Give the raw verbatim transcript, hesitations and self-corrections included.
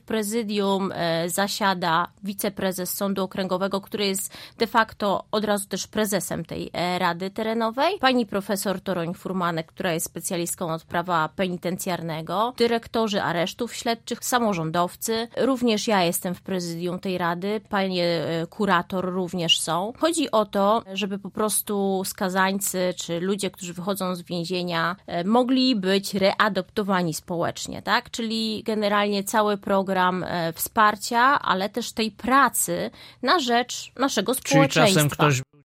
prezydium zasiada wiceprezes Sądu Okręgowego, który jest de facto od razu też prezesem tej Rady Terenowej, pani profesor Toruń-Furmanek, która jest specjalistką od prawa penitencjarnego, dyrektorzy aresztów śledczych, samorządowcy, również ja jestem w prezydium tej rady, panie kurator również są. Chodzi o to, żeby po prostu skazańcy czy ludzie, którzy wychodzą z więzienia, mogli być readoptowani społecznie, tak? Czyli generalnie cały program wsparcia, ale też tej pracy na rzecz naszego społeczeństwa. Czyli czasem ktoś